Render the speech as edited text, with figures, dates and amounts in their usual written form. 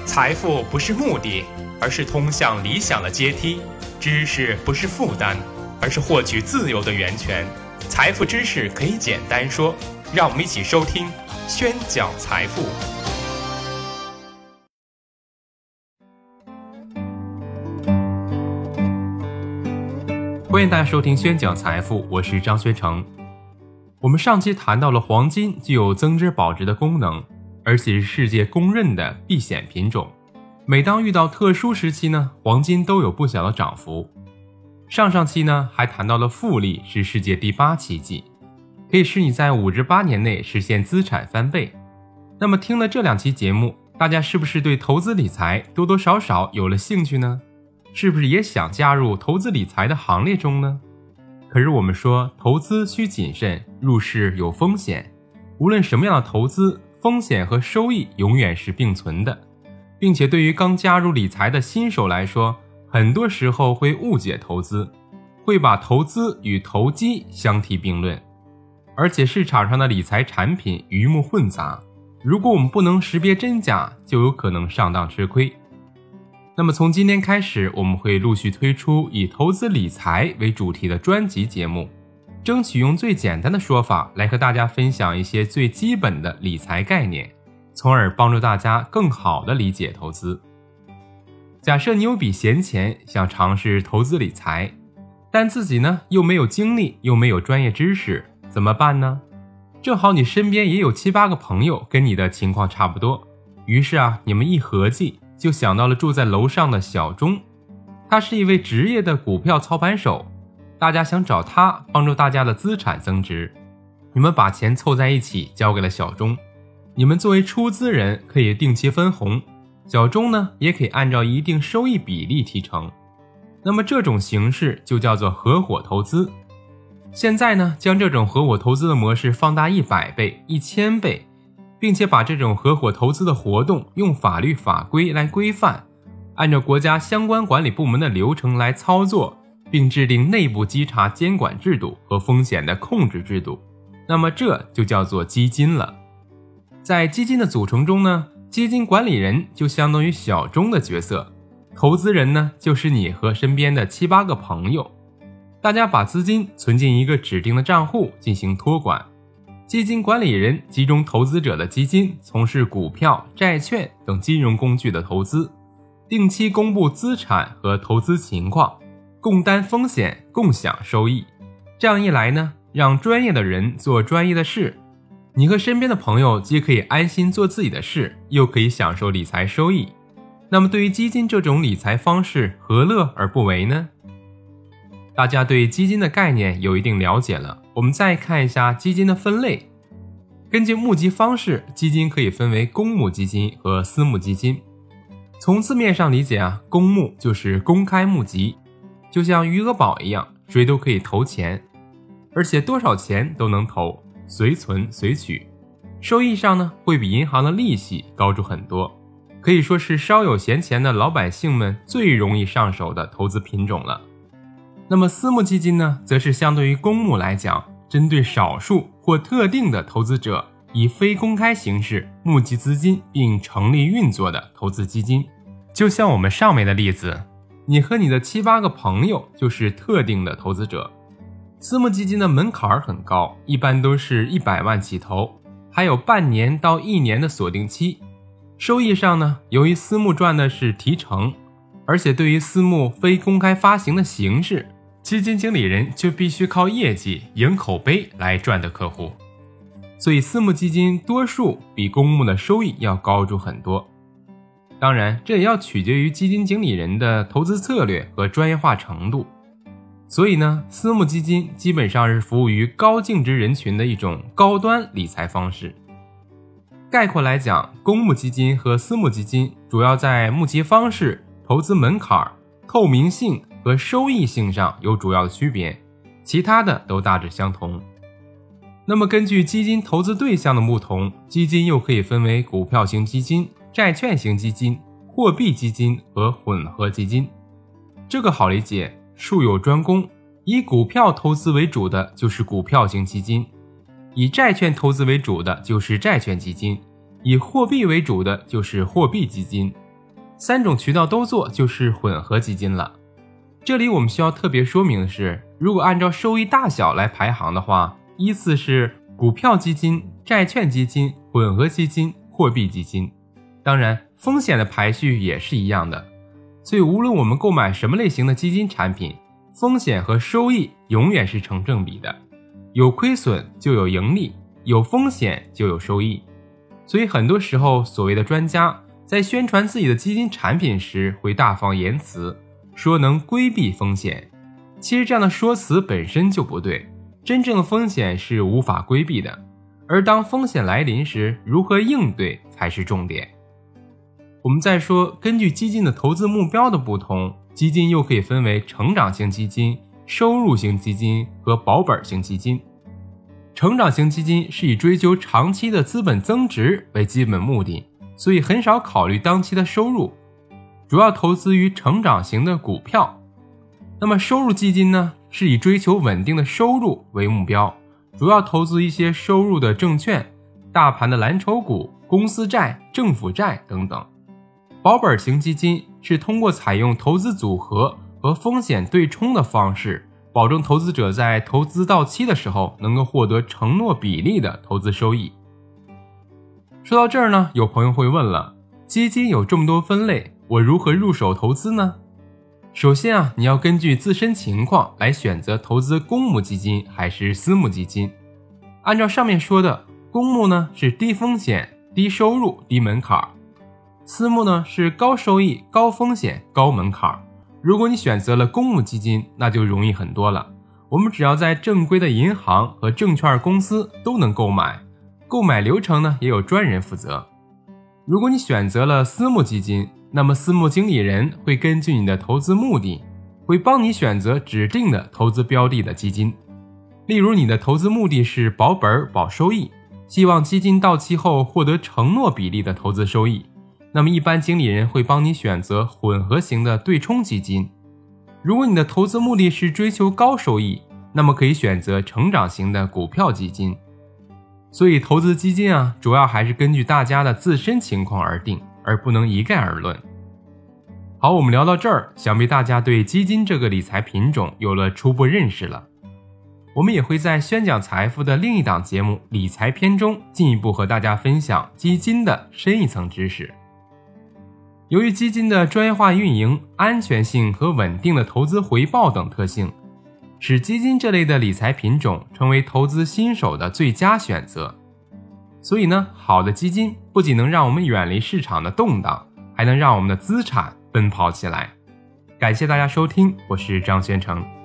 财富不是目的，而是通向理想的阶梯；知识不是负担，而是获取自由的源泉。财富知识可以简单说，让我们一起收听宣讲财富。欢迎大家收听宣讲财富，我是张宣成。我们上期谈到了黄金具有增值保值的功能，而且是世界公认的避险品种。每当遇到特殊时期呢，黄金都有不小的涨幅。上期呢还谈到了复利是世界第8奇迹，可以使你在58年内实现资产翻倍。那么听了这2期节目，大家是不是对投资理财多多少少有了兴趣呢？是不是也想加入投资理财的行列中呢？可是我们说投资需谨慎，入市有风险。无论什么样的投资，风险和收益永远是并存的，并且对于刚加入理财的新手来说，很多时候会误解投资，会把投资与投机相提并论。而且市场上的理财产品鱼目混杂，如果我们不能识别真假，就有可能上当吃亏。那么从今天开始，我们会陆续推出以投资理财为主题的专辑节目，争取用最简单的说法来和大家分享一些最基本的理财概念，从而帮助大家更好地理解投资。假设你有笔闲钱，想尝试投资理财，但自己呢又没有精力，又没有专业知识，怎么办呢？正好你身边也有7、8个朋友跟你的情况差不多，于是你们一合计，就想到了住在楼上的小钟。他是一位职业的股票操盘手，大家想找他帮助大家的资产增值。你们把钱凑在一起交给了小钟，你们作为出资人可以定期分红，小钟呢也可以按照一定收益比例提成。那么这种形式就叫做合伙投资。现在呢，将这种合伙投资的模式放大100倍、1000倍，并且把这种合伙投资的活动用法律法规来规范，按照国家相关管理部门的流程来操作，并制定内部稽查监管制度和风险的控制制度。那么这就叫做基金了。在基金的组成中呢，基金管理人就相当于小钟的角色，投资人呢就是你和身边的7、8个朋友。大家把资金存进一个指定的账户进行托管，基金管理人集中投资者的基金，从事股票、债券等金融工具的投资，定期公布资产和投资情况，共担风险，共享收益。这样一来呢，让专业的人做专业的事，你和身边的朋友既可以安心做自己的事，又可以享受理财收益。那么对于基金这种理财方式，何乐而不为呢？大家对基金的概念有一定了解了，我们再看一下基金的分类。根据募集方式，基金可以分为公募基金和私募基金。从字面上理解公募就是公开募集，就像余额宝一样，谁都可以投钱，而且多少钱都能投，随存随取。收益上呢，会比银行的利息高出很多，可以说是稍有闲钱的老百姓们最容易上手的投资品种了。那么私募基金呢，则是相对于公募来讲，针对少数或特定的投资者，以非公开形式募集资金并成立运作的投资基金。就像我们上面的例子，你和你的7、8个朋友就是特定的投资者。私募基金的门槛很高，一般都是100万起投，还有半年到1年的锁定期。收益上呢，由于私募赚的是提成，而且对于私募非公开发行的形式，基金经理人就必须靠业绩赢口碑来赚的客户，所以私募基金多数比公募的收益要高出很多。当然，这也要取决于基金经理人的投资策略和专业化程度。所以呢，私募基金基本上是服务于高净值人群的一种高端理财方式。概括来讲，公募基金和私募基金主要在募集方式、投资门槛、透明性和收益性上有主要的区别，其他的都大致相同。那么根据基金投资对象的不同，基金又可以分为股票型基金、债券型基金、货币基金和混合基金。这个好理解，术有专攻，以股票投资为主的就是股票型基金，以债券投资为主的就是债券基金，以货币为主的就是货币基金， 3种渠道都做就是混合基金了。这里我们需要特别说明的是，如果按照收益大小来排行的话，依次是股票基金、债券基金、混合基金、货币基金。当然，风险的排序也是一样的。所以无论我们购买什么类型的基金产品，风险和收益永远是成正比的。有亏损就有盈利，有风险就有收益。所以很多时候，所谓的专家在宣传自己的基金产品时会大放言辞，说能规避风险。其实这样的说辞本身就不对，真正的风险是无法规避的，而当风险来临时，如何应对才是重点。我们再说，根据基金的投资目标的不同，基金又可以分为成长型基金、收入型基金和保本型基金。成长型基金是以追求长期的资本增值为基本目的，所以很少考虑当期的收入，主要投资于成长型的股票。那么收入基金呢，是以追求稳定的收入为目标，主要投资一些收入的证券、大盘的蓝筹股、公司债、政府债等等。保本型基金是通过采用投资组合和风险对冲的方式，保证投资者在投资到期的时候能够获得承诺比例的投资收益。说到这儿呢，有朋友会问了，基金有这么多分类，我如何入手投资呢？首先你要根据自身情况来选择投资公募基金还是私募基金。按照上面说的，公募呢是低风险、低收入、低门槛，私募呢是高收益、高风险、高门槛。如果你选择了公募基金，那就容易很多了。我们只要在正规的银行和证券公司都能购买，购买流程呢也有专人负责。如果你选择了私募基金，那么私募经理人会根据你的投资目的，会帮你选择指定的投资标的的基金。例如你的投资目的是保本保收益，希望基金到期后获得承诺比例的投资收益，那么一般经理人会帮你选择混合型的对冲基金。如果你的投资目的是追求高收益，那么可以选择成长型的股票基金。所以投资基金主要还是根据大家的自身情况而定，而不能一概而论。好，我们聊到这儿，想必大家对基金这个理财品种有了初步认识了。我们也会在宣讲财富的另一档节目理财篇中进一步和大家分享基金的深一层知识。由于基金的专业化运营、安全性和稳定的投资回报等特性，使基金这类的理财品种成为投资新手的最佳选择。所以呢，好的基金不仅能让我们远离市场的动荡，还能让我们的资产奔跑起来。感谢大家收听，我是张宣成。